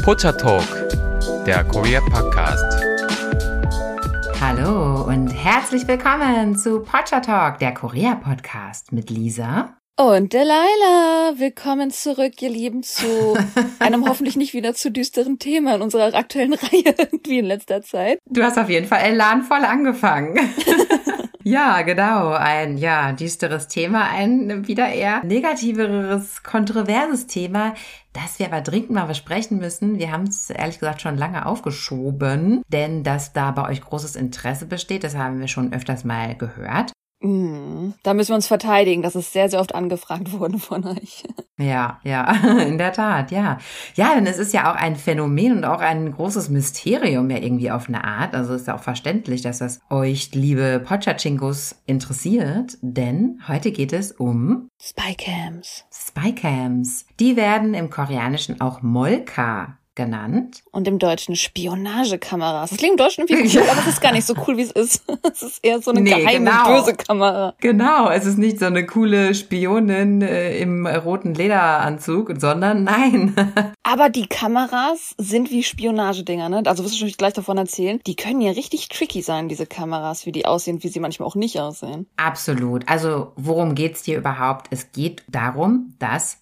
Pocha Talk, der Korea Podcast. Hallo und herzlich willkommen zu Pocha Talk, der Korea Podcast mit Lisa und Delilah. Willkommen zurück, ihr Lieben, zu einem hoffentlich nicht wieder zu düsteren Thema in unserer aktuellen Reihe irgendwie in letzter Zeit. Du hast auf jeden Fall elanvoll angefangen. Ja, genau. Ein düsteres Thema, ein wieder eher negativeres, kontroverses Thema, das wir aber dringend mal besprechen müssen. Wir haben es ehrlich gesagt schon lange aufgeschoben, denn dass da bei euch großes Interesse besteht, das haben wir schon öfters mal gehört. Da müssen wir uns verteidigen, das ist sehr, sehr oft angefragt worden von euch. Ja, in der Tat, ja. Ja, denn es ist ja auch ein Phänomen und auch ein großes Mysterium ja irgendwie auf eine Art. Also ist ja auch verständlich, dass das euch, liebe Pocha-Chingos, interessiert, denn heute geht es um Spycams. Spycams. Die werden im Koreanischen auch Molka genannt. Und im Deutschen Spionagekameras. Das klingt im Deutschen irgendwie cool, aber es ist gar nicht so cool, wie es ist. Es ist eher so eine geheime, böse Kamera. Genau, es ist nicht so eine coole Spionin im roten Lederanzug, sondern nein. Aber die Kameras sind wie Spionagedinger, ne? Also wirst du schon gleich davon erzählen. Die können ja richtig tricky sein, diese Kameras, wie die aussehen, wie sie manchmal auch nicht aussehen. Absolut. Also worum geht's hier überhaupt? Es geht darum, dass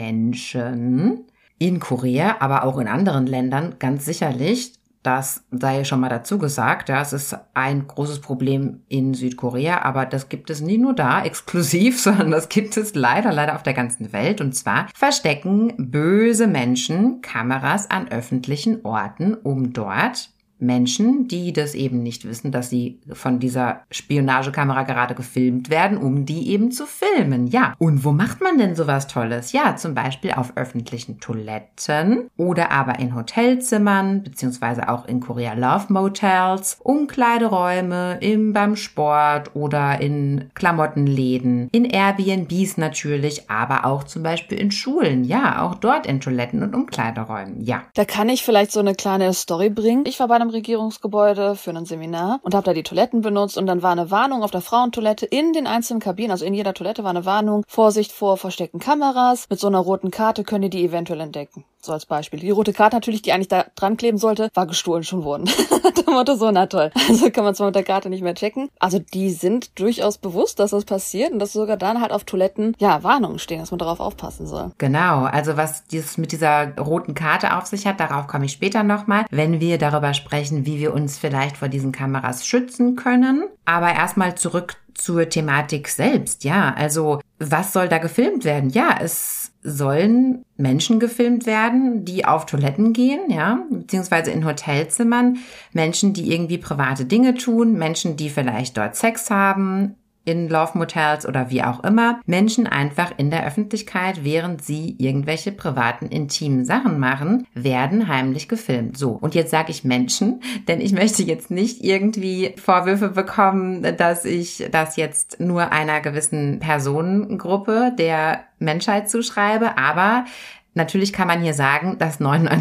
Menschen in Korea, aber auch in anderen Ländern ganz sicherlich, das sei schon mal dazu gesagt, ja, es ist ein großes Problem in Südkorea, aber das gibt es nie nur da exklusiv, sondern das gibt es leider auf der ganzen Welt. Und zwar verstecken böse Menschen Kameras an öffentlichen Orten, um dort Menschen, die das eben nicht wissen, dass sie von dieser Spionagekamera gerade gefilmt werden, um die eben zu filmen. Ja, und wo macht man denn sowas Tolles? Ja, zum Beispiel auf öffentlichen Toiletten oder aber in Hotelzimmern, beziehungsweise auch in Korea Love Motels, Umkleideräume, beim Sport oder in Klamottenläden, in Airbnbs natürlich, aber auch zum Beispiel in Schulen. Ja, auch dort in Toiletten und Umkleideräumen. Ja. Da kann ich vielleicht so eine kleine Story bringen. Ich war bei einem Regierungsgebäude für ein Seminar und habe da die Toiletten benutzt und dann war eine Warnung auf der Frauentoilette in den einzelnen Kabinen, also in jeder Toilette war eine Warnung, Vorsicht vor versteckten Kameras, mit so einer roten Karte könnt ihr die eventuell entdecken. So als Beispiel. Die rote Karte natürlich, die eigentlich da dran kleben sollte, war gestohlen schon worden. Der Motto so, na toll. Also kann man zwar mit der Karte nicht mehr checken. Also die sind durchaus bewusst, dass das passiert und dass sogar dann halt auf Toiletten, Warnungen stehen, dass man darauf aufpassen soll. Genau, also was dieses mit dieser roten Karte auf sich hat, darauf komme ich später nochmal, wenn wir darüber sprechen, wie wir uns vielleicht vor diesen Kameras schützen können. Aber erstmal zurück zur Thematik selbst. Ja, also was soll da gefilmt werden? Ja, es sollen Menschen gefilmt werden, die auf Toiletten gehen, ja, beziehungsweise in Hotelzimmern, Menschen, die irgendwie private Dinge tun, Menschen, die vielleicht dort Sex haben, in Love Motels oder wie auch immer, Menschen einfach in der Öffentlichkeit, während sie irgendwelche privaten, intimen Sachen machen, werden heimlich gefilmt. So, und jetzt sage ich Menschen, denn ich möchte jetzt nicht irgendwie Vorwürfe bekommen, dass ich das jetzt nur einer gewissen Personengruppe der Menschheit zuschreibe, aber natürlich kann man hier sagen, dass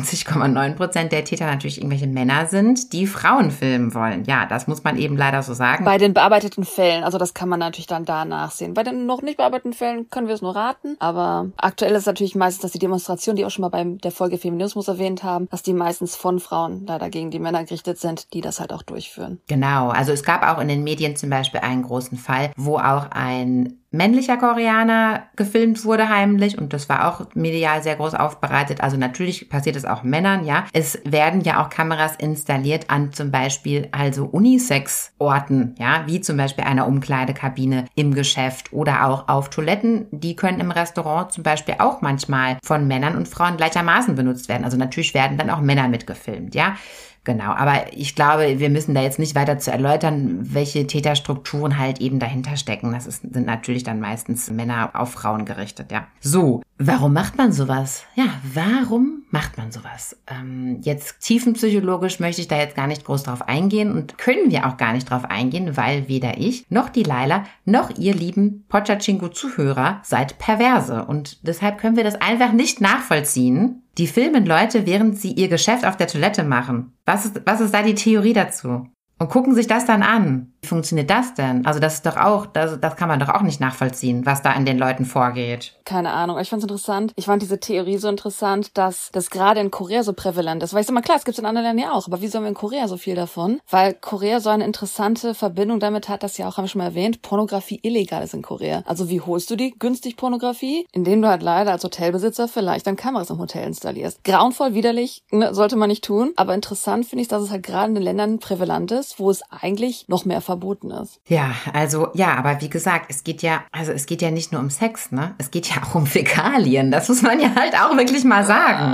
99,9% der Täter natürlich irgendwelche Männer sind, die Frauen filmen wollen. Ja, das muss man eben leider so sagen. Bei den bearbeiteten Fällen, also das kann man natürlich dann da nachsehen. Bei den noch nicht bearbeiteten Fällen können wir es nur raten, aber aktuell ist es natürlich meistens, dass die Demonstrationen, die auch schon mal bei der Folge Feminismus erwähnt haben, dass die meistens von Frauen leider gegen die Männer gerichtet sind, die das halt auch durchführen. Genau, also es gab auch in den Medien zum Beispiel einen großen Fall, wo auch ein männlicher Koreaner gefilmt wurde heimlich und das war auch medial sehr groß aufbereitet. Also natürlich passiert es auch Männern, ja. Es werden ja auch Kameras installiert an zum Beispiel also Unisex-Orten, ja, wie zum Beispiel einer Umkleidekabine im Geschäft oder auch auf Toiletten. Die können im Restaurant zum Beispiel auch manchmal von Männern und Frauen gleichermaßen benutzt werden. Also natürlich werden dann auch Männer mitgefilmt, ja. Genau, aber ich glaube, wir müssen da jetzt nicht weiter zu erläutern, welche Täterstrukturen halt eben dahinter stecken. Sind natürlich dann meistens Männer auf Frauen gerichtet, ja. So, warum macht man sowas? Ja, warum macht man sowas? Jetzt tiefenpsychologisch möchte ich da jetzt gar nicht groß drauf eingehen und können wir auch gar nicht drauf eingehen, weil weder ich noch die Laila noch ihr lieben Pocha-Chingo-Zuhörer seid perverse und deshalb können wir das einfach nicht nachvollziehen. Die filmen Leute, während sie ihr Geschäft auf der Toilette machen. Was ist da die Theorie dazu? Und gucken sich das dann an. Wie funktioniert das denn? Also das ist doch auch, das kann man doch auch nicht nachvollziehen, was da in den Leuten vorgeht. Keine Ahnung, ich fand's interessant. Ich fand diese Theorie so interessant, dass das gerade in Korea so prävalent ist. Weil ich sag mal, klar, es gibt's in anderen Ländern ja auch, aber wieso haben wir in Korea so viel davon? Weil Korea so eine interessante Verbindung damit hat, das ja auch, haben wir schon mal erwähnt, Pornografie illegal ist in Korea. Also wie holst du die günstig Pornografie? Indem du halt leider als Hotelbesitzer vielleicht dann Kameras im Hotel installierst. Grauenvoll, widerlich, ne, sollte man nicht tun. Aber interessant finde ich, dass es halt gerade in den Ländern prävalent ist, wo es eigentlich noch mehr verboten ist. Ja, also, ja, aber wie gesagt, es geht ja nicht nur um Sex, ne? Es geht ja auch um Fäkalien. Das muss man ja halt auch wirklich mal sagen.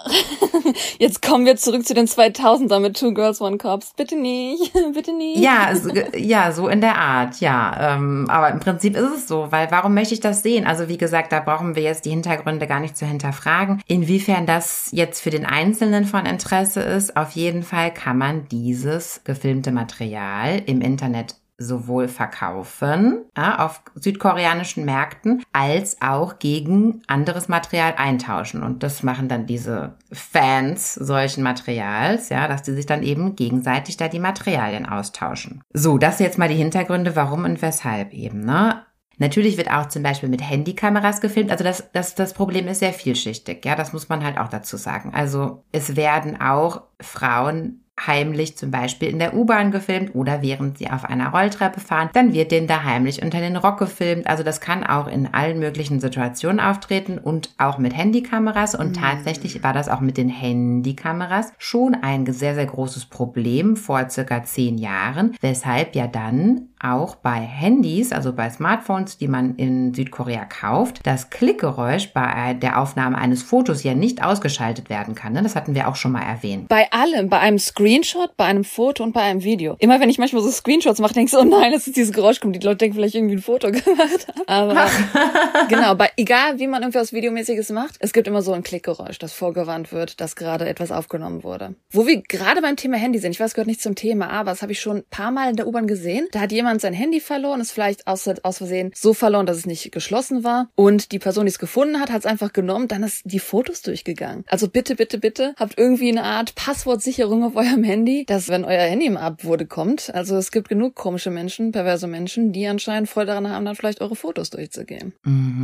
Jetzt kommen wir zurück zu den 2000er mit Two Girls, One Cups. Bitte nicht, bitte nicht. Ja, so in der Art, ja. Aber im Prinzip ist es so, weil warum möchte ich das sehen? Also wie gesagt, da brauchen wir jetzt die Hintergründe gar nicht zu hinterfragen. Inwiefern das jetzt für den Einzelnen von Interesse ist, auf jeden Fall kann man dieses gefilmte Material im Internet sowohl verkaufen auf südkoreanischen Märkten als auch gegen anderes Material eintauschen. Und das machen dann diese Fans solchen Materials, ja, dass die sich dann eben gegenseitig da die Materialien austauschen. So, das sind jetzt mal die Hintergründe, warum und weshalb eben, ne? Natürlich wird auch zum Beispiel mit Handykameras gefilmt. Also das Problem ist sehr vielschichtig, ja, das muss man halt auch dazu sagen. Also es werden auch Frauen heimlich zum Beispiel in der U-Bahn gefilmt oder während sie auf einer Rolltreppe fahren, dann wird denen da heimlich unter den Rock gefilmt. Also das kann auch in allen möglichen Situationen auftreten und auch mit Handykameras. Und tatsächlich war das auch mit den Handykameras schon ein sehr, sehr großes Problem vor circa 10 Jahren, weshalb ja dann auch bei Handys, also bei Smartphones, die man in Südkorea kauft, das Klickgeräusch bei der Aufnahme eines Fotos ja nicht ausgeschaltet werden kann. Das hatten wir auch schon mal erwähnt. Bei allem, bei einem Screenshot, bei einem Foto und bei einem Video. Immer wenn ich manchmal so Screenshots mache, denke ich so, oh nein, das ist dieses Geräusch kommt. Die Leute denken vielleicht irgendwie ein Foto gemacht. Aber genau, egal wie man irgendwie was Videomäßiges macht, es gibt immer so ein Klickgeräusch, das vorgewarnt wird, dass gerade etwas aufgenommen wurde. Wo wir gerade beim Thema Handy sind, ich weiß, gehört nicht zum Thema, aber das habe ich schon ein paar Mal in der U-Bahn gesehen. Da hat jemand sein Handy verloren, ist vielleicht aus Versehen so verloren, dass es nicht geschlossen war. Und die Person, die es gefunden hat, hat es einfach genommen, dann ist die Fotos durchgegangen. Also bitte, bitte, bitte, habt irgendwie eine Art Passwortsicherung auf eurem Handy, dass wenn euer Handy im Abwurde kommt, also es gibt genug komische Menschen, perverse Menschen, die anscheinend Freude daran haben, dann vielleicht eure Fotos durchzugehen.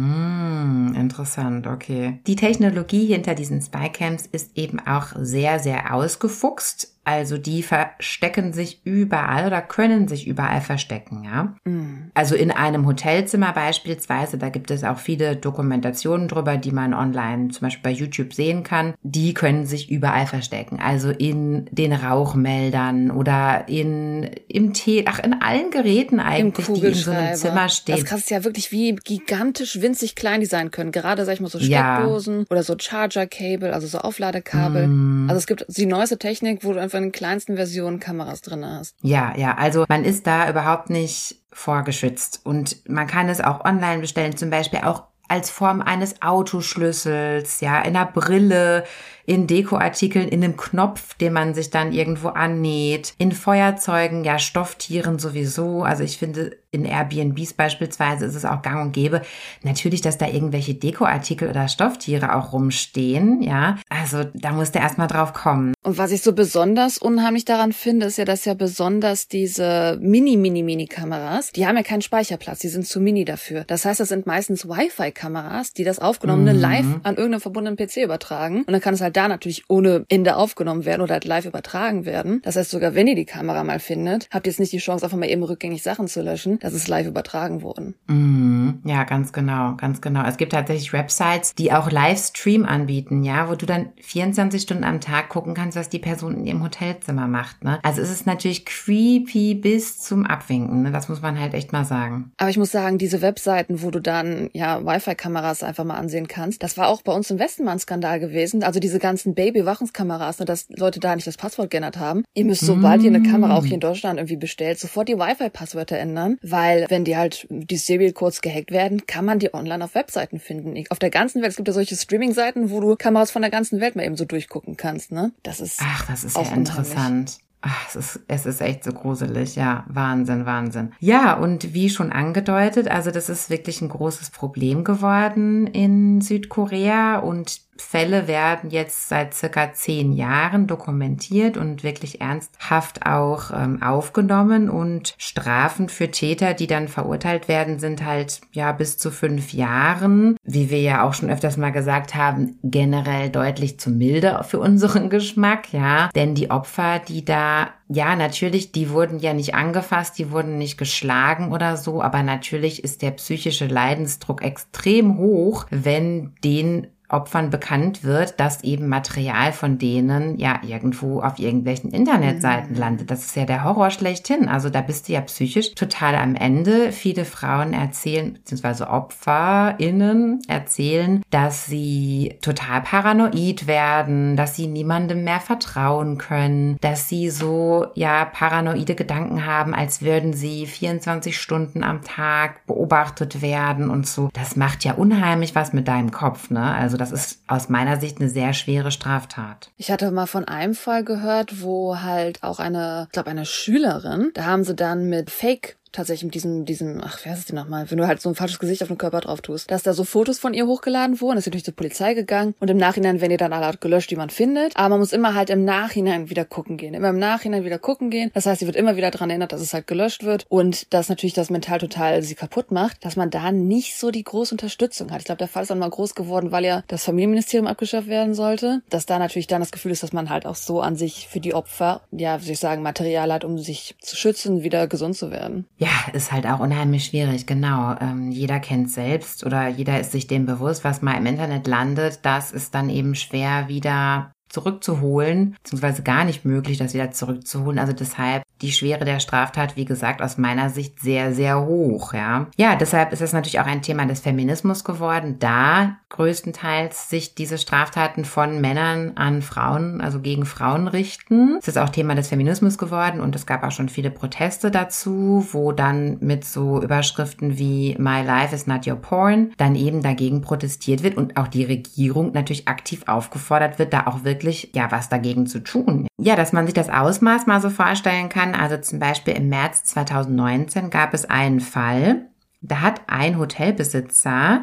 Interessant, okay. Die Technologie hinter diesen Spycams ist eben auch sehr, sehr ausgefuchst. Also die verstecken sich überall oder können sich überall verstecken, ja. Also in einem Hotelzimmer beispielsweise, da gibt es auch viele Dokumentationen drüber, die man online zum Beispiel bei YouTube sehen kann. Die können sich überall verstecken. Also in den Rauchmeldern oder in allen Geräten eigentlich, die in so einem Zimmer stehen. Das kannst du ja wirklich wie gigantisch winzig klein die sein können. Gerade, sag ich mal, so Steckdosen oder so Charger-Cable, also so Aufladekabel. Also es gibt die neueste Technik, wo du einfach in den kleinsten Versionen Kameras drin hast. Ja, also man ist da überhaupt nicht vorgeschützt und man kann es auch online bestellen, zum Beispiel auch als Form eines Autoschlüssels, ja, in einer Brille, in Dekoartikeln, in einem Knopf, den man sich dann irgendwo annäht, in Feuerzeugen, ja, Stofftieren sowieso. Also ich finde, in Airbnbs beispielsweise ist es auch gang und gäbe. Natürlich, dass da irgendwelche Dekoartikel oder Stofftiere auch rumstehen, ja. Also da musst du erstmal drauf kommen. Und was ich so besonders unheimlich daran finde, ist ja, dass ja besonders diese Mini-Kameras, die haben ja keinen Speicherplatz, die sind zu mini dafür. Das heißt, das sind meistens Wi-Fi-Kameras, die das Aufgenommene live an irgendeinem verbundenen PC übertragen. Und dann kann es halt da natürlich ohne Ende aufgenommen werden oder halt live übertragen werden. Das heißt, sogar wenn ihr die Kamera mal findet, habt ihr jetzt nicht die Chance, einfach mal eben rückgängig Sachen zu löschen, dass es live übertragen wurden. Ja, ganz genau, ganz genau. Es gibt tatsächlich Websites, die auch Livestream anbieten, ja, wo du dann 24 Stunden am Tag gucken kannst, was die Person in ihrem Hotelzimmer macht, ne? Also es ist natürlich creepy bis zum Abwinken, ne? Das muss man halt echt mal sagen. Aber ich muss sagen, diese Webseiten, wo du dann, ja, Wi-Fi-Kameras einfach mal ansehen kannst, das war auch bei uns im Westen mal ein Skandal gewesen. Also diese ganzen Baby-Überwachungskameras, ne, dass Leute da nicht das Passwort geändert haben. Ihr müsst, sobald ihr eine Kamera auch hier in Deutschland irgendwie bestellt, sofort die Wi-Fi-Passwörter ändern, weil wenn die halt, die Serial-Codes gehackt werden, kann man die online auf Webseiten finden. Auf der ganzen Welt, es gibt ja solche Streaming-Seiten, wo du Kameras von der ganzen Welt mal eben so durchgucken kannst, ne? Das ist ja interessant. Ach, es ist echt so gruselig, ja, Wahnsinn. Ja, und wie schon angedeutet, also das ist wirklich ein großes Problem geworden in Südkorea und Fälle werden jetzt seit circa 10 Jahren dokumentiert und wirklich ernsthaft auch aufgenommen, und Strafen für Täter, die dann verurteilt werden, sind halt bis zu 5 Jahren. Wie wir ja auch schon öfters mal gesagt haben, generell deutlich zu milde für unseren Geschmack, ja. Denn die Opfer, die da, natürlich, die wurden ja nicht angefasst, die wurden nicht geschlagen oder so, aber natürlich ist der psychische Leidensdruck extrem hoch, wenn den Opfern bekannt wird, dass eben Material von denen irgendwo auf irgendwelchen Internetseiten landet. Das ist ja der Horror schlechthin. Also da bist du ja psychisch total am Ende. Viele Frauen erzählen, beziehungsweise OpferInnen erzählen, dass sie total paranoid werden, dass sie niemandem mehr vertrauen können, dass sie so, paranoide Gedanken haben, als würden sie 24 Stunden am Tag beobachtet werden und so. Das macht ja unheimlich was mit deinem Kopf, ne? Also das ist aus meiner Sicht eine sehr schwere Straftat. Ich hatte mal von einem Fall gehört, wo halt auch eine Schülerin, da haben sie dann mit Fake tatsächlich mit diesem, wie heißt es denn nochmal, wenn du halt so ein falsches Gesicht auf den Körper drauf tust, dass da so Fotos von ihr hochgeladen wurden, ist sie durch die Polizei gegangen und im Nachhinein werden die dann alle gelöscht, die man findet, aber man muss immer halt im Nachhinein wieder gucken gehen, das heißt, sie wird immer wieder daran erinnert, dass es halt gelöscht wird und dass natürlich das mental total sie kaputt macht, dass man da nicht so die große Unterstützung hat. Ich glaube, der Fall ist dann mal groß geworden, weil ja das Familienministerium abgeschafft werden sollte, dass da natürlich dann das Gefühl ist, dass man halt auch so an sich für die Opfer, Material hat, um sich zu schützen, wieder gesund zu werden. Ja, ist halt auch unheimlich schwierig, genau. Jeder kennt selbst oder jeder ist sich dem bewusst, was mal im Internet landet. Das ist dann eben schwer wieder zurückzuholen, beziehungsweise gar nicht möglich, das wieder zurückzuholen. Also deshalb die Schwere der Straftat, wie gesagt, aus meiner Sicht sehr, sehr hoch, ja. Ja, deshalb ist es natürlich auch ein Thema des Feminismus geworden, da größtenteils sich diese Straftaten von Männern an Frauen, also gegen Frauen richten. Es ist auch Thema des Feminismus geworden und es gab auch schon viele Proteste dazu, wo dann mit so Überschriften wie My Life is not your porn dann eben dagegen protestiert wird und auch die Regierung natürlich aktiv aufgefordert wird, da auch wirklich, was dagegen zu tun. Ja, dass man sich das Ausmaß mal so vorstellen kann. Also zum Beispiel im März 2019 gab es einen Fall, da hat ein Hotelbesitzer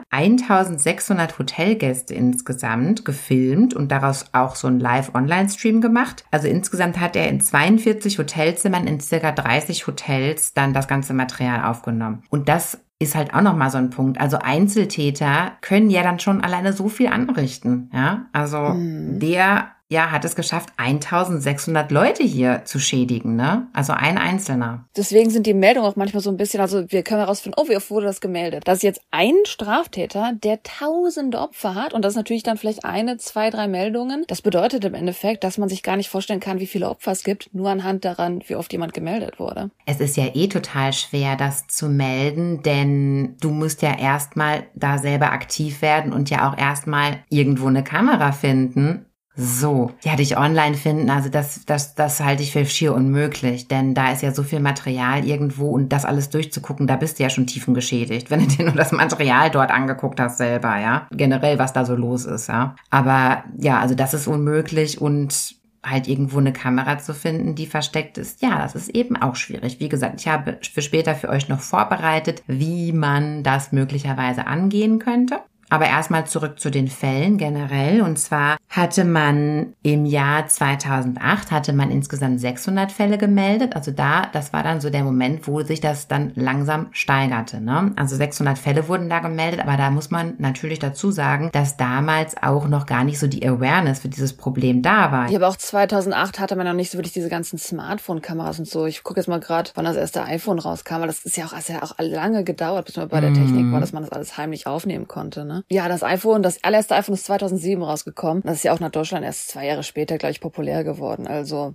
1600 Hotelgäste insgesamt gefilmt und daraus auch so einen Live-Online-Stream gemacht. Also insgesamt hat er in 42 Hotelzimmern in circa 30 Hotels dann das ganze Material aufgenommen. Und das ist halt auch nochmal so ein Punkt. Also Einzeltäter können ja dann schon alleine so viel anrichten. Ja, also der hat es geschafft, 1600 Leute hier zu schädigen, ne? Also ein Einzelner. Deswegen sind die Meldungen auch manchmal so ein bisschen, also wir können herausfinden, wie oft wurde das gemeldet. Das ist jetzt ein Straftäter, der tausende Opfer hat und das ist natürlich dann vielleicht 1, 2, 3 Meldungen. Das bedeutet im Endeffekt, dass man sich gar nicht vorstellen kann, wie viele Opfer es gibt, nur anhand daran, wie oft jemand gemeldet wurde. Es ist ja total schwer, das zu melden, denn du musst ja erstmal da selber aktiv werden und ja auch erstmal irgendwo eine Kamera finden. So, dich online finden, also das halte ich für schier unmöglich, denn da ist ja so viel Material irgendwo und das alles durchzugucken, da bist du ja schon tiefengeschädigt, wenn du dir nur das Material dort angeguckt hast selber, ja, generell, was da so los ist, ja. Aber also das ist unmöglich und halt irgendwo eine Kamera zu finden, die versteckt ist, das ist eben auch schwierig. Wie gesagt, ich habe für später für euch noch vorbereitet, wie man das möglicherweise angehen könnte. Aber erstmal zurück zu den Fällen generell. Und zwar hatte man im Jahr 2008 insgesamt 600 Fälle gemeldet. Also das war dann so der Moment, wo sich das dann langsam steigerte, ne? Also 600 Fälle wurden da gemeldet, aber da muss man natürlich dazu sagen, dass damals auch noch gar nicht so die Awareness für dieses Problem da war. Aber auch 2008 hatte man noch nicht so wirklich diese ganzen Smartphone-Kameras und so. Ich gucke jetzt mal gerade, wann das erste iPhone rauskam, weil das ist ja auch lange gedauert, bis man bei der Technik war, dass man das alles heimlich aufnehmen konnte, ne? Ja, das allererste iPhone ist 2007 rausgekommen. Das ist ja auch nach Deutschland erst 2 Jahre später gleich populär geworden, also.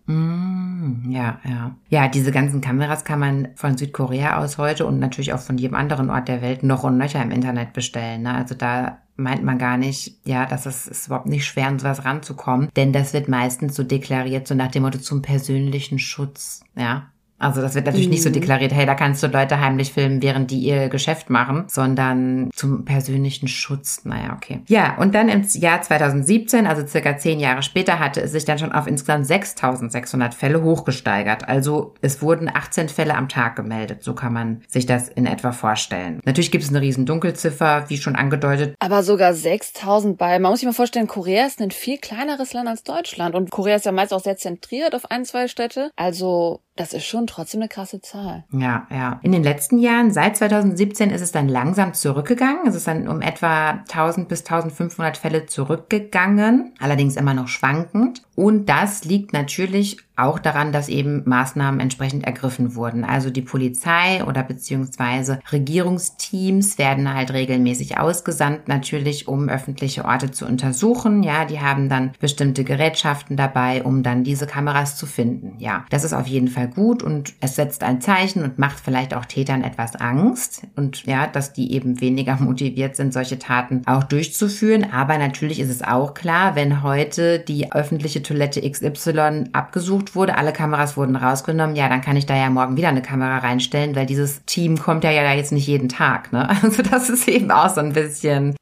Ja, diese ganzen Kameras kann man von Südkorea aus heute und natürlich auch von jedem anderen Ort der Welt noch und nöcher im Internet bestellen, ne? Also da meint man gar nicht, dass es ist überhaupt nicht schwer, an sowas ranzukommen, denn das wird meistens so deklariert, so nach dem Motto zum persönlichen Schutz, ja. Also das wird natürlich nicht so deklariert, hey, da kannst du Leute heimlich filmen, während die ihr Geschäft machen, sondern zum persönlichen Schutz. Naja, okay. Ja, und dann im Jahr 2017, also circa 10 Jahre später, hatte es sich dann schon auf insgesamt 6.600 Fälle hochgesteigert. Also es wurden 18 Fälle am Tag gemeldet. So kann man sich das in etwa vorstellen. Natürlich gibt es eine riesen Dunkelziffer, wie schon angedeutet. Aber sogar 6.000 man muss sich mal vorstellen, Korea ist ein viel kleineres Land als Deutschland und Korea ist ja meist auch sehr zentriert auf 1, 2 Städte. Also das ist schon trotzdem eine krasse Zahl. Ja, ja. In den letzten Jahren, seit 2017, ist es dann langsam zurückgegangen. Es ist dann um etwa 1.000 bis 1.500 Fälle zurückgegangen, allerdings immer noch schwankend. Und das liegt natürlich auch daran, dass eben Maßnahmen entsprechend ergriffen wurden. Also die Polizei oder beziehungsweise Regierungsteams werden halt regelmäßig ausgesandt, natürlich, um öffentliche Orte zu untersuchen. Ja, die haben dann bestimmte Gerätschaften dabei, um dann diese Kameras zu finden. Ja, das ist auf jeden Fall gut und es setzt ein Zeichen und macht vielleicht auch Tätern etwas Angst und ja, dass die eben weniger motiviert sind, solche Taten auch durchzuführen. Aber natürlich ist es auch klar, wenn heute die öffentliche Toilette XY abgesucht wurde, alle Kameras wurden rausgenommen, ja, dann kann ich da ja morgen wieder eine Kamera reinstellen, weil dieses Team kommt ja jetzt nicht jeden Tag, ne? Also das ist eben auch so ein bisschen,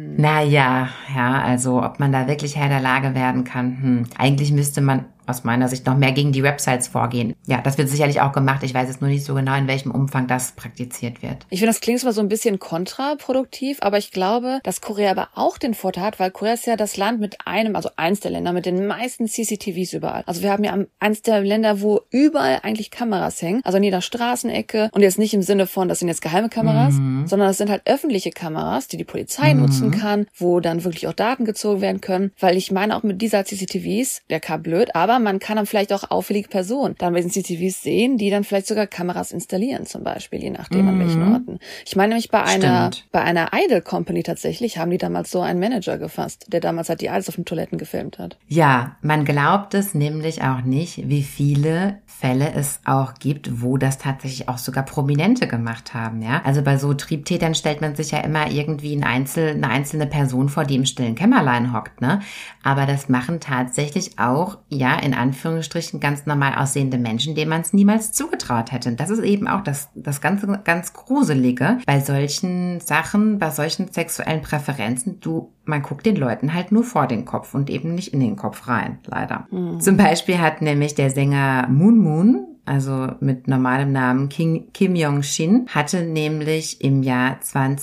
naja, ja, also ob man da wirklich Herr der Lage werden kann, eigentlich müsste man aus meiner Sicht noch mehr gegen die Websites vorgehen. Ja, das wird sicherlich auch gemacht. Ich weiß jetzt nur nicht so genau, in welchem Umfang das praktiziert wird. Ich finde, das klingt zwar so ein bisschen kontraproduktiv, aber ich glaube, dass Korea aber auch den Vorteil hat, weil Korea ist ja das Land mit eins der Länder mit den meisten CCTVs überall. Also wir haben ja eins der Länder, wo überall eigentlich Kameras hängen, also in jeder Straßenecke und jetzt nicht im Sinne von, das sind jetzt geheime Kameras, sondern das sind halt öffentliche Kameras, die Polizei nutzen kann, wo dann wirklich auch Daten gezogen werden können, weil ich meine auch mit dieser CCTVs, der kam blöd, aber man kann dann vielleicht auch auffällige Personen dann bei den CCTVs sehen, die dann vielleicht sogar Kameras installieren zum Beispiel, je nachdem an welchen Orten. Ich meine nämlich bei einer Idol Company tatsächlich haben die damals so einen Manager gefasst, der damals halt die Idols auf den Toiletten gefilmt hat. Ja, man glaubt es nämlich auch nicht, wie viele Fälle es auch gibt, wo das tatsächlich auch sogar Prominente gemacht haben, ja. Also bei so Triebtätern stellt man sich ja immer irgendwie eine einzelne Person vor, die im stillen Kämmerlein hockt, ne. Aber das machen tatsächlich auch, ja, in Anführungsstrichen ganz normal aussehende Menschen, denen man es niemals zugetraut hätte. Und das ist eben auch das Ganze ganz Gruselige bei solchen Sachen, bei solchen sexuellen Präferenzen. Man guckt den Leuten halt nur vor den Kopf und eben nicht in den Kopf rein, leider. Zum Beispiel hat nämlich der Sänger Moon Moon, also mit normalem Namen Kim Yong-shin, hatte nämlich im Jahr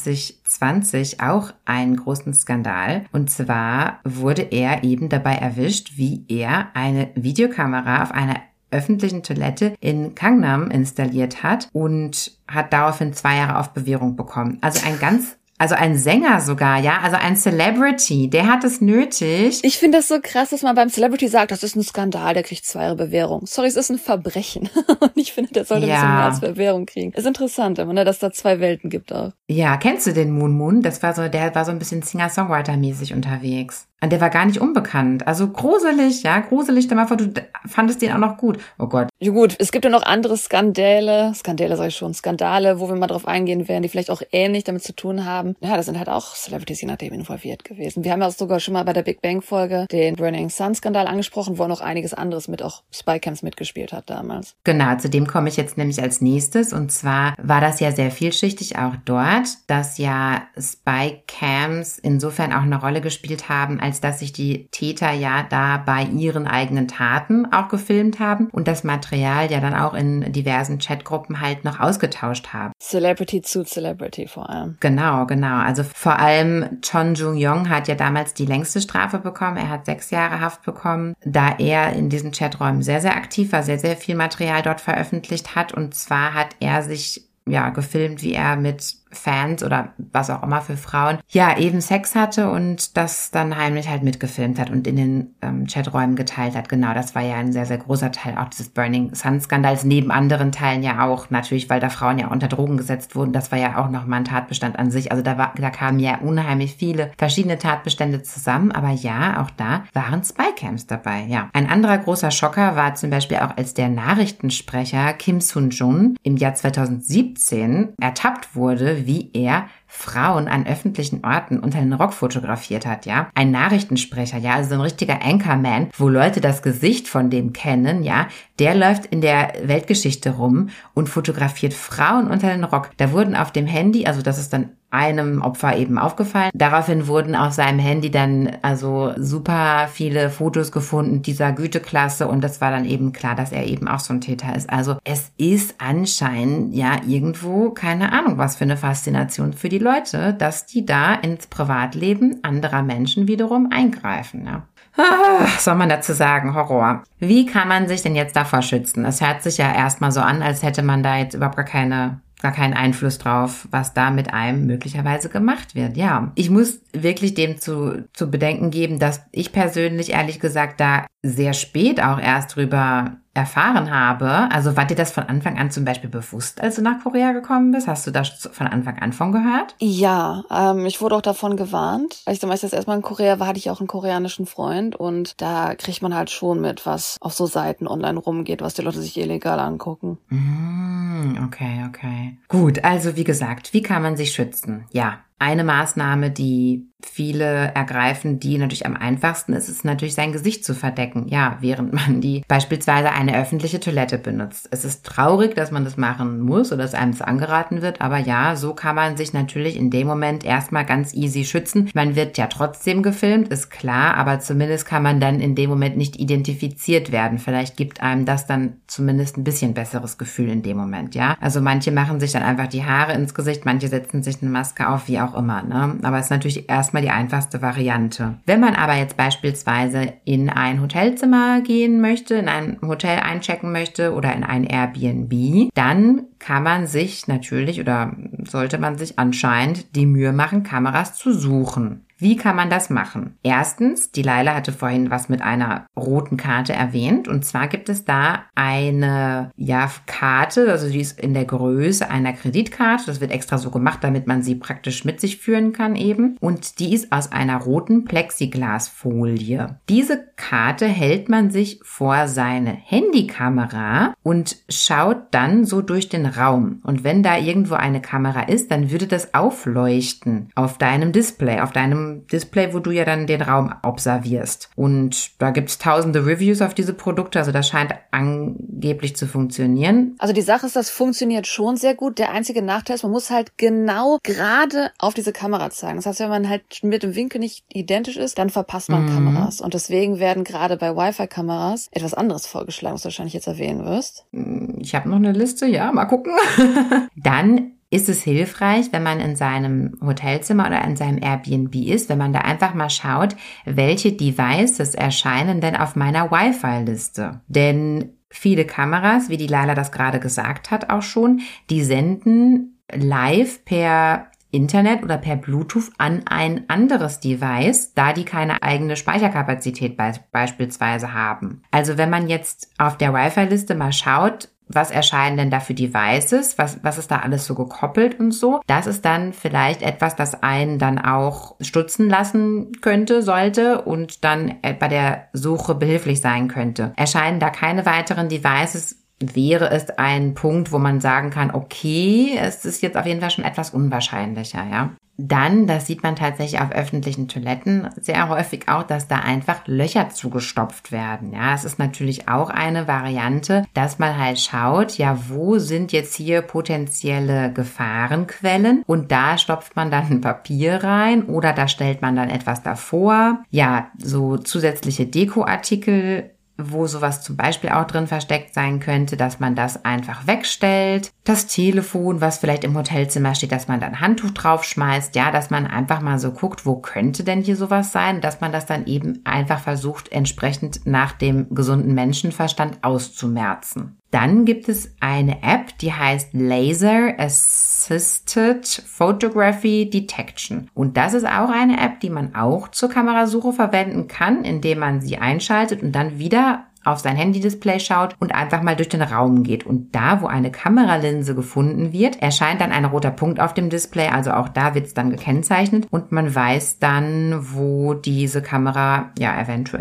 2020 auch einen großen Skandal. Und zwar wurde er eben dabei erwischt, wie er eine Videokamera auf einer öffentlichen Toilette in Gangnam installiert hat und hat daraufhin 2 Jahre auf Bewährung bekommen. Also ein Sänger sogar, ja, also ein Celebrity, der hat es nötig. Ich finde das so krass, dass man beim Celebrity sagt, das ist ein Skandal, der kriegt 2 Jahre Bewährung. Sorry, es ist ein Verbrechen. Und ich finde, der sollte ein bisschen mehr als Bewährung kriegen. Ist interessant, dass da 2 Welten gibt auch. Ja, kennst du den Moon Moon? Der war so ein bisschen Singer-Songwriter-mäßig unterwegs. Und der war gar nicht unbekannt. Also gruselig, ja, gruselig. Stell mal vor, du fandest den auch noch gut. Oh Gott. Ja gut, es gibt ja noch andere Skandale, wo wir mal drauf eingehen werden, die vielleicht auch ähnlich damit zu tun haben. Ja, das sind halt auch Celebrities, je nachdem, involviert gewesen. Wir haben ja sogar schon mal bei der Big Bang Folge den Burning Sun Skandal angesprochen, wo noch einiges anderes mit auch Spycams mitgespielt hat damals. Genau, zu dem komme ich jetzt nämlich als nächstes. Und zwar war das ja sehr vielschichtig auch dort, dass ja Spycams insofern auch eine Rolle gespielt haben, als dass sich die Täter ja da bei ihren eigenen Taten auch gefilmt haben und das Material ja dann auch in diversen Chatgruppen halt noch ausgetauscht haben. Celebrity zu Celebrity vor allem. Genau. Also vor allem Chon Jung-yong hat ja damals die längste Strafe bekommen. Er hat 6 Jahre Haft bekommen, da er in diesen Chaträumen sehr, sehr aktiv war, sehr, sehr viel Material dort veröffentlicht hat. Und zwar hat er sich gefilmt, wie er mit Fans oder was auch immer für Frauen, eben Sex hatte und das dann heimlich halt mitgefilmt hat und in den Chaträumen geteilt hat. Genau, das war ja ein sehr, sehr großer Teil auch dieses Burning Sun Skandals, neben anderen Teilen ja auch, natürlich, weil da Frauen ja unter Drogen gesetzt wurden. Das war ja auch nochmal ein Tatbestand an sich. Also da kamen ja unheimlich viele verschiedene Tatbestände zusammen, aber ja, auch da waren Spycams dabei, ja. Ein anderer großer Schocker war zum Beispiel auch, als der Nachrichtensprecher Kim Sun-jun im Jahr 2017 ertappt wurde, wurde, wie er Frauen an öffentlichen Orten unter den Rock fotografiert hat, ja. Ein Nachrichtensprecher, ja, also ein richtiger Anchorman, wo Leute das Gesicht von dem kennen, ja, der läuft in der Weltgeschichte rum und fotografiert Frauen unter den Rock. Da wurden auf dem Handy, also das ist dann einem Opfer eben aufgefallen. Daraufhin wurden auf seinem Handy dann also super viele Fotos gefunden dieser Güteklasse und das war dann eben klar, dass er eben auch so ein Täter ist. Also es ist anscheinend ja irgendwo, keine Ahnung, was für eine Faszination für die Leute, dass die da ins Privatleben anderer Menschen wiederum eingreifen, ja. Was soll man dazu sagen? Horror. Wie kann man sich denn jetzt davor schützen? Es hört sich ja erstmal so an, als hätte man da jetzt überhaupt gar keinen Einfluss drauf, was da mit einem möglicherweise gemacht wird. Ja, ich muss wirklich dem zu bedenken geben, dass ich persönlich ehrlich gesagt da sehr spät auch erst drüber erfahren habe. Also war dir das von Anfang an zum Beispiel bewusst, als du nach Korea gekommen bist? Hast du das von Anfang an von gehört? Ja, ich wurde auch davon gewarnt. Als ich damals das erstmal in Korea war, hatte ich auch einen koreanischen Freund und da kriegt man halt schon mit, was auf so Seiten online rumgeht, was die Leute sich illegal angucken. Okay. Gut, also wie gesagt, wie kann man sich schützen? Ja, eine Maßnahme, die viele ergreifen, die natürlich am einfachsten ist, ist natürlich sein Gesicht zu verdecken. Ja, während man beispielsweise eine öffentliche Toilette benutzt. Es ist traurig, dass man das machen muss oder dass einem das angeraten wird, aber ja, so kann man sich natürlich in dem Moment erstmal ganz easy schützen. Man wird ja trotzdem gefilmt, ist klar, aber zumindest kann man dann in dem Moment nicht identifiziert werden. Vielleicht gibt einem das dann zumindest ein bisschen besseres Gefühl in dem Moment, ja. Also manche machen sich dann einfach die Haare ins Gesicht, manche setzen sich eine Maske auf, wie auch immer, ne? Aber es ist natürlich erstmal die einfachste Variante. Wenn man aber jetzt beispielsweise in ein Hotelzimmer gehen möchte, in ein Hotel einchecken möchte oder in ein Airbnb, dann kann man sich natürlich oder sollte man sich anscheinend die Mühe machen, Kameras zu suchen. Wie kann man das machen? Erstens, die Laila hatte vorhin was mit einer roten Karte erwähnt und zwar gibt es da eine Karte, also die ist in der Größe einer Kreditkarte. Das wird extra so gemacht, damit man sie praktisch mit sich führen kann eben und die ist aus einer roten Plexiglasfolie. Diese Karte hält man sich vor seine Handykamera und schaut dann so durch den Raum und wenn da irgendwo eine Kamera ist, dann würde das aufleuchten auf deinem Display, wo du ja dann den Raum observierst. Und da gibt's tausende Reviews auf diese Produkte, also das scheint angeblich zu funktionieren. Also die Sache ist, das funktioniert schon sehr gut. Der einzige Nachteil ist, man muss halt genau gerade auf diese Kamera zeigen. Das heißt, wenn man halt mit dem Winkel nicht identisch ist, dann verpasst man Kameras. Und deswegen werden gerade bei Wi-Fi-Kameras etwas anderes vorgeschlagen, was du wahrscheinlich jetzt erwähnen wirst. Ich habe noch eine Liste, ja, mal gucken. Dann ist es hilfreich, wenn man in seinem Hotelzimmer oder in seinem Airbnb ist, wenn man da einfach mal schaut, welche Devices erscheinen denn auf meiner Wi-Fi-Liste. Denn viele Kameras, wie die Laila das gerade gesagt hat auch schon, die senden live per Internet oder per Bluetooth an ein anderes Device, da die keine eigene Speicherkapazität beispielsweise haben. Also wenn man jetzt auf der Wi-Fi-Liste mal schaut, was erscheinen denn da für Devices, was ist da alles so gekoppelt und so. Das ist dann vielleicht etwas, das einen dann auch stutzen lassen könnte, sollte und dann bei der Suche behilflich sein könnte. Erscheinen da keine weiteren Devices, wäre es ein Punkt, wo man sagen kann, okay, es ist jetzt auf jeden Fall schon etwas unwahrscheinlicher, ja. Dann, das sieht man tatsächlich auf öffentlichen Toiletten sehr häufig auch, dass da einfach Löcher zugestopft werden. Ja, es ist natürlich auch eine Variante, dass man halt schaut, ja, wo sind jetzt hier potenzielle Gefahrenquellen? Und da stopft man dann ein Papier rein oder da stellt man dann etwas davor. Ja, so zusätzliche Dekoartikel, wo sowas zum Beispiel auch drin versteckt sein könnte, dass man das einfach wegstellt. Das Telefon, was vielleicht im Hotelzimmer steht, dass man dann ein Handtuch draufschmeißt, ja, dass man einfach mal so guckt, wo könnte denn hier sowas sein, dass man das dann eben einfach versucht, entsprechend nach dem gesunden Menschenverstand auszumerzen. Dann gibt es eine App, die heißt Laser Assisted Photography Detection. Und das ist auch eine App, die man auch zur Kamerasuche verwenden kann, indem man sie einschaltet und dann wieder auf sein Handy-Display schaut und einfach mal durch den Raum geht. Und da, wo eine Kameralinse gefunden wird, erscheint dann ein roter Punkt auf dem Display. Also auch da wird es dann gekennzeichnet und man weiß dann, wo diese Kamera ja eventuell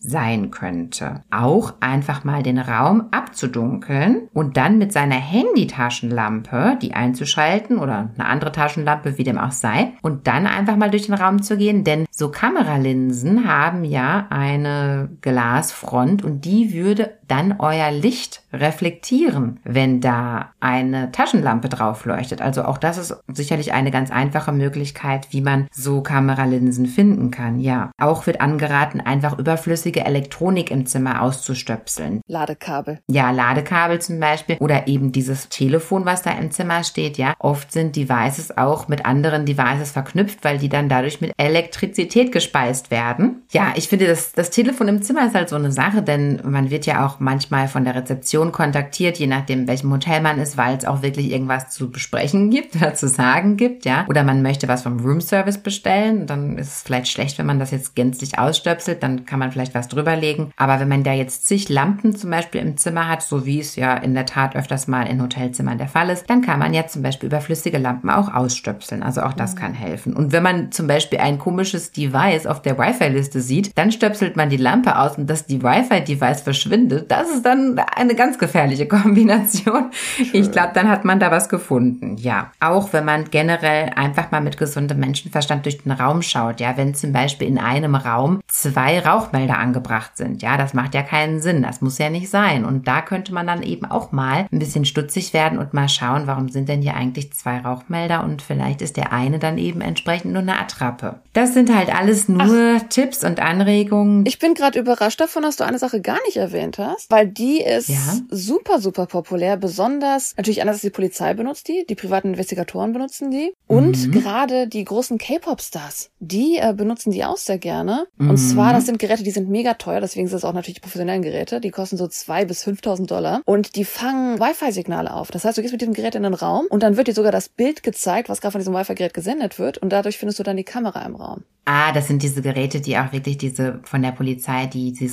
sein könnte. Auch einfach mal den Raum abzudunkeln und dann mit seiner Handytaschenlampe die einzuschalten oder eine andere Taschenlampe, wie dem auch sei, und dann einfach mal durch den Raum zu gehen, denn so Kameralinsen haben ja eine Glasfront und die würde dann euer Licht reflektieren, wenn da eine Taschenlampe drauf leuchtet. Also auch das ist sicherlich eine ganz einfache Möglichkeit, wie man so Kameralinsen finden kann. Ja, auch wird angeraten, einfach überflüssige Elektronik im Zimmer auszustöpseln. Ladekabel. Ja, Ladekabel zum Beispiel oder eben dieses Telefon, was da im Zimmer steht. Ja, oft sind Devices auch mit anderen Devices verknüpft, weil die dann dadurch mit Elektrizität gespeist werden. Ja, ich finde, das Telefon im Zimmer ist halt so eine Sache, denn man wird ja auch manchmal von der Rezeption kontaktiert, je nachdem, welchem Hotel man ist, weil es auch wirklich irgendwas zu besprechen gibt oder zu sagen gibt, ja. Oder man möchte was vom Roomservice bestellen, dann ist es vielleicht schlecht, wenn man das jetzt gänzlich ausstöpselt, dann kann man vielleicht was drüberlegen. Aber wenn man da jetzt zig Lampen zum Beispiel im Zimmer hat, so wie es ja in der Tat öfters mal in Hotelzimmern der Fall ist, dann kann man ja zum Beispiel überflüssige Lampen auch ausstöpseln. Also auch das kann helfen. Und wenn man zum Beispiel ein komisches Device auf der Wi-Fi-Liste sieht, dann stöpselt man die Lampe aus und das Wi-Fi-Device verschwindet. Das ist dann eine ganz gefährliche Kombination. Ich glaube, dann hat man da was gefunden. Ja, auch wenn man generell einfach mal mit gesundem Menschenverstand durch den Raum schaut. Ja, wenn zum Beispiel in einem Raum 2 Rauchmelder angebracht sind. Ja, das macht ja keinen Sinn. Das muss ja nicht sein. Und da könnte man dann eben auch mal ein bisschen stutzig werden und mal schauen, warum sind denn hier eigentlich 2 Rauchmelder und vielleicht ist der eine dann eben entsprechend nur eine Attrappe. Das sind halt alles nur Tipps und Anregungen. Ich bin gerade überrascht davon, dass du eine Sache gar nicht erwähnt hast, weil die ist super, super populär. Besonders natürlich anders, die Polizei benutzt die privaten Investigatoren benutzen die und gerade die großen K-Pop-Stars, die benutzen die auch sehr gerne. Und zwar, das sind Geräte, die sind mega teuer, deswegen sind es auch natürlich die professionellen Geräte. Die kosten so 2.000 bis 5.000 Dollar und die fangen Wi-Fi-Signale auf. Das heißt, du gehst mit diesem Gerät in den Raum und dann wird dir sogar das Bild gezeigt, was gerade von diesem Wi-Fi-Gerät gesendet wird und dadurch findest du dann die Kamera im Raum. Ah, das sind diese Geräte, die auch wirklich von der Polizei,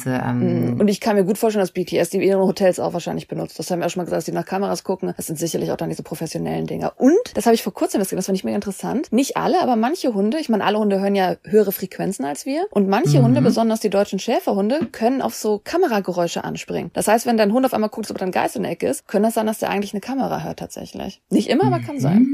Und ich kann mir gut vorstellen, dass BTS die in ihren Hotels auch wahrscheinlich benutzt. Das haben wir auch schon mal gesagt, dass die nach Kameras gucken. Das sind sicherlich auch dann diese professionellen Dinger. Und, das habe ich vor kurzem gesehen, das fand ich mega interessant. Nicht alle, aber manche Hunde, ich meine, alle Hunde hören ja höhere Frequenzen als wir. Und manche Hunde, besonders die deutschen Schäferhunde, können auf so Kamerageräusche anspringen. Das heißt, wenn dein Hund auf einmal guckt, ob da ein Geist in der Ecke ist, kann das sein, dass der eigentlich eine Kamera hört tatsächlich. Nicht immer, aber kann sein.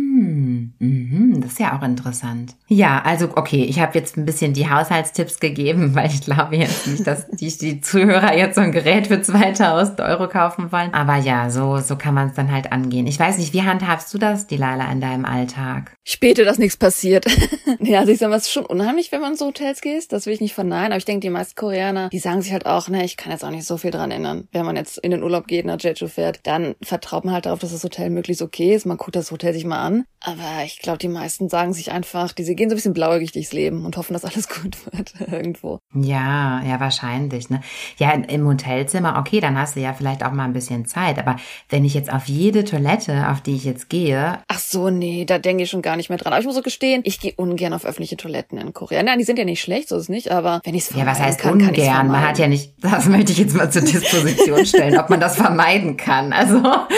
Das ist ja auch interessant. Ja, also okay, ich habe jetzt ein bisschen die Haushaltstipps gegeben, weil ich glaube jetzt nicht, dass die Zuhörer jetzt so ein Gerät für 2.000 € kaufen wollen. Aber ja, so kann man es dann halt angehen. Ich weiß nicht, wie handhabst du das, Delilah, in deinem Alltag? Ich bete, dass nichts passiert. Ja, also ich sag mal, es ist schon unheimlich, wenn man in so Hotels geht. Das will ich nicht verneinen. Aber ich denke, die meisten Koreaner, die sagen sich halt auch, ne, ich kann jetzt auch nicht so viel dran ändern. Wenn man jetzt in den Urlaub geht, nach Jeju fährt, dann vertraut man halt darauf, dass das Hotel möglichst okay ist. Man guckt das Hotel sich mal an. Aber ich glaube, die meisten sagen sich einfach, sie gehen so ein bisschen blauäugig durchs Leben und hoffen, dass alles gut wird irgendwo. Ja, wahrscheinlich, ne? Ja, im Hotelzimmer, okay, dann hast du ja vielleicht auch mal ein bisschen Zeit. Aber wenn ich jetzt auf jede Toilette, auf die ich jetzt gehe... Ach so, nee, da denke ich schon gar nicht mehr dran. Aber ich muss so gestehen, ich gehe ungern auf öffentliche Toiletten in Korea. Nein, die sind ja nicht schlecht, so ist es nicht, aber wenn ich es vermeiden kann, was heißt kann ungern? ich's vermeiden. Man hat ja nicht, das möchte ich jetzt mal zur Disposition stellen, ob man das vermeiden kann. Also,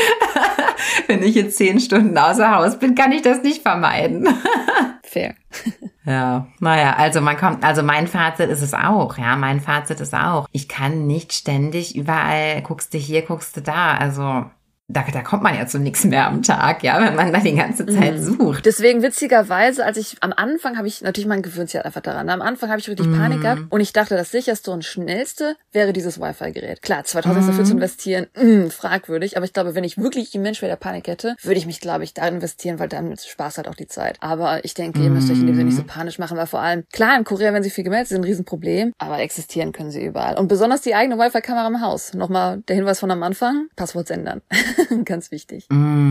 wenn ich jetzt 10 Stunden außer Haus bin, kann ich das nicht vermeiden. Fair. Ja, naja, also mein Fazit ist es auch, ja, mein Fazit ist auch, ich kann nicht ständig überall, guckst du hier, guckst du da, also da kommt man ja zu nichts mehr am Tag, ja, wenn man da die ganze Zeit sucht. Deswegen witzigerweise, am Anfang habe ich, natürlich, man gewöhnt sich halt einfach daran, am Anfang habe ich richtig Panik gehabt und ich dachte, das sicherste und schnellste wäre dieses Wi-Fi-Gerät. Klar, 2.000 dafür zu investieren, fragwürdig, aber ich glaube, wenn ich wirklich ein Mensch wäre, der Panik hätte, würde ich mich, glaube ich, da investieren, weil dann Spaß halt auch die Zeit. Aber ich denke, ihr müsst euch in dem Sinne nicht so panisch machen, weil vor allem, klar, in Korea, wenn sie viel gemeldet sind, ein Riesenproblem, aber existieren können sie überall. Und besonders die eigene Wi-Fi-Kamera im Haus. Nochmal der Hinweis von am Anfang, Passwort ändern. Ganz wichtig.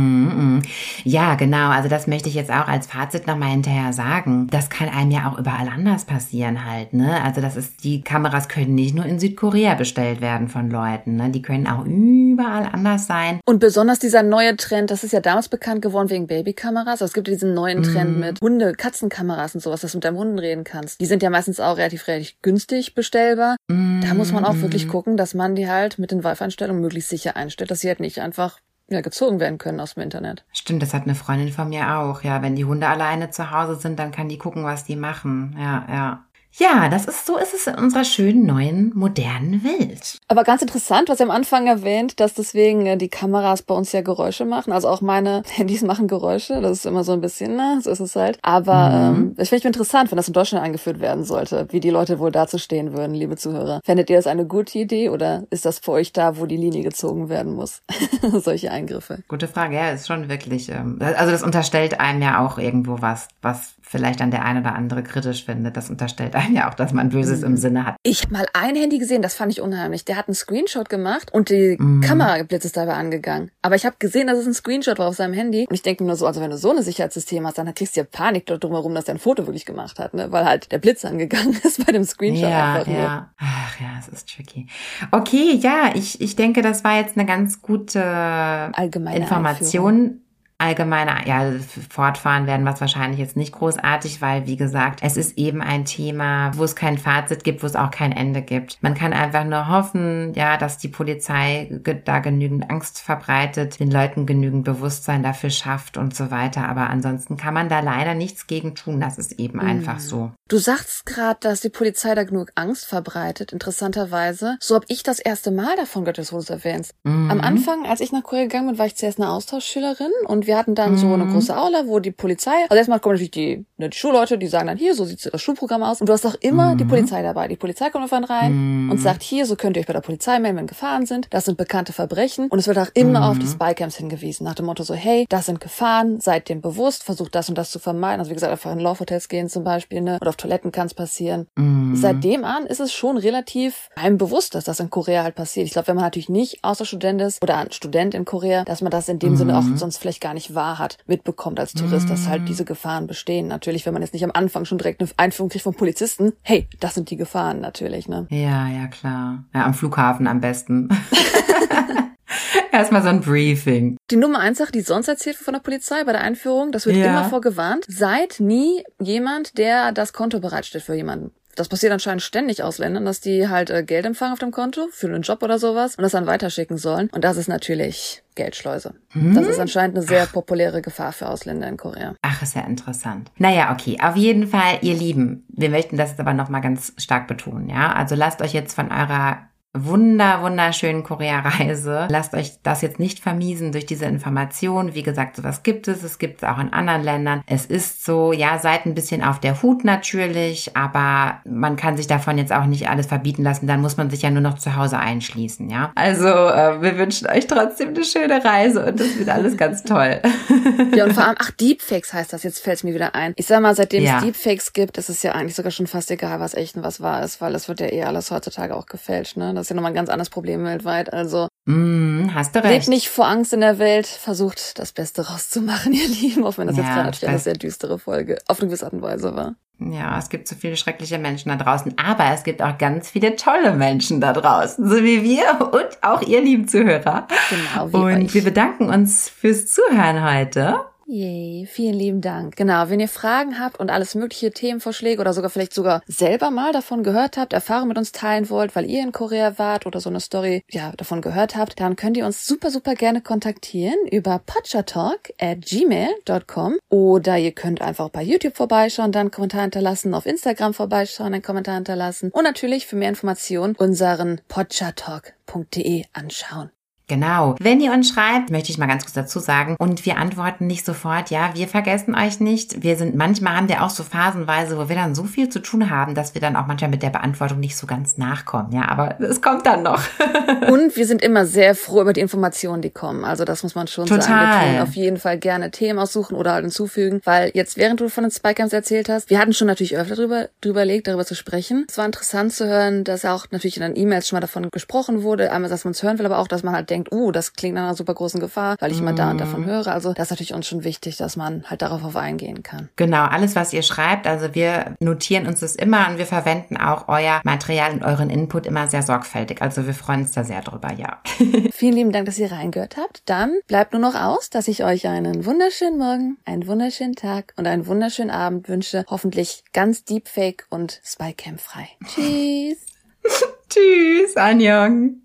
Ja, genau. Also das möchte ich jetzt auch als Fazit nochmal hinterher sagen. Das kann einem ja auch überall anders passieren halt, ne? Also die Kameras können nicht nur in Südkorea bestellt werden von Leuten, ne? Die können auch überall anders sein. Und besonders dieser neue Trend, das ist ja damals bekannt geworden wegen Babykameras. Also es gibt ja diesen neuen Trend mit Katzenkameras und sowas, dass du mit deinem Hunden reden kannst. Die sind ja meistens auch relativ günstig bestellbar. Da muss man auch wirklich gucken, dass man die halt mit den Wi-Fi-Einstellungen möglichst sicher einstellt, dass sie halt nicht einfach gezogen werden können aus dem Internet. Stimmt, das hat eine Freundin von mir auch. Ja, wenn die Hunde alleine zu Hause sind, dann kann die gucken, was die machen. Ja. Ja, so ist es in unserer schönen, neuen, modernen Welt. Aber ganz interessant, was ihr am Anfang erwähnt, dass deswegen die Kameras bei uns ja Geräusche machen. Also auch meine Handys machen Geräusche. Das ist immer so ein bisschen, so ist es halt. Aber das finde ich interessant, wenn das in Deutschland eingeführt werden sollte, wie die Leute wohl dazu stehen würden, liebe Zuhörer. Fändet ihr das eine gute Idee oder ist das für euch da, wo die Linie gezogen werden muss? Solche Eingriffe. Gute Frage, ja, ist schon wirklich, also das unterstellt einem ja auch irgendwo was vielleicht dann der ein oder andere kritisch findet. Das unterstellt einem ja auch, dass man Böses im Sinne hat. Ich habe mal ein Handy gesehen, das fand ich unheimlich. Der hat einen Screenshot gemacht und die Kamerablitz ist dabei angegangen. Aber ich habe gesehen, dass es ein Screenshot war auf seinem Handy. Und ich denke mir nur so, also wenn du so ein Sicherheitssystem hast, dann kriegst du ja Panik dort drumherum, dass der ein Foto wirklich gemacht hat, ne? Weil halt der Blitz angegangen ist bei dem Screenshot einfach nur. Ja. Ach ja, es ist tricky. Okay, ja, ich denke, das war jetzt eine ganz gute allgemeine Information. Einführung. Allgemeiner, ja, fortfahren werden wir es wahrscheinlich jetzt nicht großartig, weil, wie gesagt, es ist eben ein Thema, wo es kein Fazit gibt, wo es auch kein Ende gibt. Man kann einfach nur hoffen, ja, dass die Polizei da genügend Angst verbreitet, den Leuten genügend Bewusstsein dafür schafft und so weiter. Aber ansonsten kann man da leider nichts gegen tun. Das ist eben einfach so. Du sagst gerade, dass die Polizei da genug Angst verbreitet, interessanterweise. So habe ich das erste Mal davon gehört, dass du es erwähnst. Am Anfang, als ich nach Korea gegangen bin, war ich zuerst eine Austauschschülerin und wir hatten dann so eine große Aula, wo die Polizei, also erstmal kommen natürlich die Schulleute, die sagen dann, hier, so sieht das Schulprogramm aus. Und du hast auch immer die Polizei dabei. Die Polizei kommt irgendwann rein und sagt, hier, so könnt ihr euch bei der Polizei melden, wenn Gefahren sind. Das sind bekannte Verbrechen. Und es wird auch immer auf die Spycams hingewiesen, nach dem Motto so, hey, das sind Gefahren, seid dem bewusst, versucht das und das zu vermeiden. Also wie gesagt, einfach in Love-Hotels gehen zum Beispiel, ne? Oder auf Toiletten kann es passieren. Seitdem an ist es schon relativ einem bewusst, dass das in Korea halt passiert. Ich glaube, wenn man natürlich nicht Austauschstudent ist oder ein Student in Korea, dass man das in dem Sinne auch sonst vielleicht gar nicht wahr hat, mitbekommt als Tourist, dass halt diese Gefahren bestehen. Natürlich, wenn man jetzt nicht am Anfang schon direkt eine Einführung kriegt vom Polizisten, hey, das sind die Gefahren natürlich, ne? Ja, klar. Ja, am Flughafen am besten. Erstmal so ein Briefing. Die Nummer 1 Sache, die sonst erzählt wird von der Polizei bei der Einführung, das wird immer vorgewarnt. Seid nie jemand, der das Konto bereitstellt für jemanden. Das passiert anscheinend ständig Ausländern, dass die halt Geld empfangen auf dem Konto für einen Job oder sowas und das dann weiterschicken sollen. Und das ist natürlich Geldschleuse. Das ist anscheinend eine sehr populäre Gefahr für Ausländer in Korea. Ach, ist ja interessant. Naja, okay. Auf jeden Fall, ihr Lieben, wir möchten das jetzt aber nochmal ganz stark betonen, ja? Also lasst euch jetzt von eurer wunderschönen Korea-Reise. Lasst euch das jetzt nicht vermiesen durch diese Information. Wie gesagt, sowas gibt es. Es gibt es auch in anderen Ländern. Es ist so, ja, seid ein bisschen auf der Hut natürlich, aber man kann sich davon jetzt auch nicht alles verbieten lassen. Dann muss man sich ja nur noch zu Hause einschließen, ja. Also, wir wünschen euch trotzdem eine schöne Reise und das wird alles ganz toll. Ja, und vor allem, Deepfakes heißt das. Jetzt fällt es mir wieder ein. Ich sag mal, seitdem es Deepfakes gibt, ist es ja eigentlich sogar schon fast egal, was echt und was wahr ist, weil es wird ja alles heutzutage auch gefälscht, ne? Das ist ja nochmal ein ganz anderes Problem weltweit. Also hast du recht. Lebt nicht vor Angst in der Welt, versucht das Beste rauszumachen, ihr Lieben, auch wenn das jetzt gerade natürlich eine sehr düstere Folge auf eine gewisse Art und Weise war. Ja, es gibt so viele schreckliche Menschen da draußen, aber es gibt auch ganz viele tolle Menschen da draußen, so wie wir und auch ihr lieben Zuhörer. Genau, wie und euch. Wir bedanken uns fürs Zuhören heute. Yay, vielen lieben Dank. Genau, wenn ihr Fragen habt und alles mögliche Themenvorschläge oder vielleicht sogar selber mal davon gehört habt, Erfahrungen mit uns teilen wollt, weil ihr in Korea wart oder so eine Story davon gehört habt, dann könnt ihr uns super gerne kontaktieren über podchatalk@gmail.com oder ihr könnt einfach bei YouTube vorbeischauen, dann einen Kommentar hinterlassen, auf Instagram vorbeischauen, einen Kommentar hinterlassen und natürlich für mehr Informationen unseren podchatalk.de anschauen. Genau. Wenn ihr uns schreibt, möchte ich mal ganz kurz dazu sagen, und wir antworten nicht sofort, ja, wir vergessen euch nicht. Manchmal haben wir auch so phasenweise, wo wir dann so viel zu tun haben, dass wir dann auch manchmal mit der Beantwortung nicht so ganz nachkommen, ja, aber es kommt dann noch. Und wir sind immer sehr froh über die Informationen, die kommen. Also das muss man schon sagen. Wir tun auf jeden Fall gerne Themen aussuchen oder halt hinzufügen, weil jetzt, während du von den Spycams erzählt hast, wir hatten schon natürlich öfter drüber überlegt, darüber zu sprechen. Es war interessant zu hören, dass auch natürlich in den E-Mails schon mal davon gesprochen wurde, einmal, dass man es hören will, aber auch, dass man halt denkt, das klingt nach einer super großen Gefahr, weil ich immer da und davon höre. Also das ist natürlich uns schon wichtig, dass man halt darauf eingehen kann. Genau, alles, was ihr schreibt, also wir notieren uns das immer und wir verwenden auch euer Material und euren Input immer sehr sorgfältig. Also wir freuen uns da sehr drüber, ja. Vielen lieben Dank, dass ihr reingehört habt. Dann bleibt nur noch aus, dass ich euch einen wunderschönen Morgen, einen wunderschönen Tag und einen wunderschönen Abend wünsche. Hoffentlich ganz Deepfake und Spycam frei. Tschüss. Tschüss, Annyeong.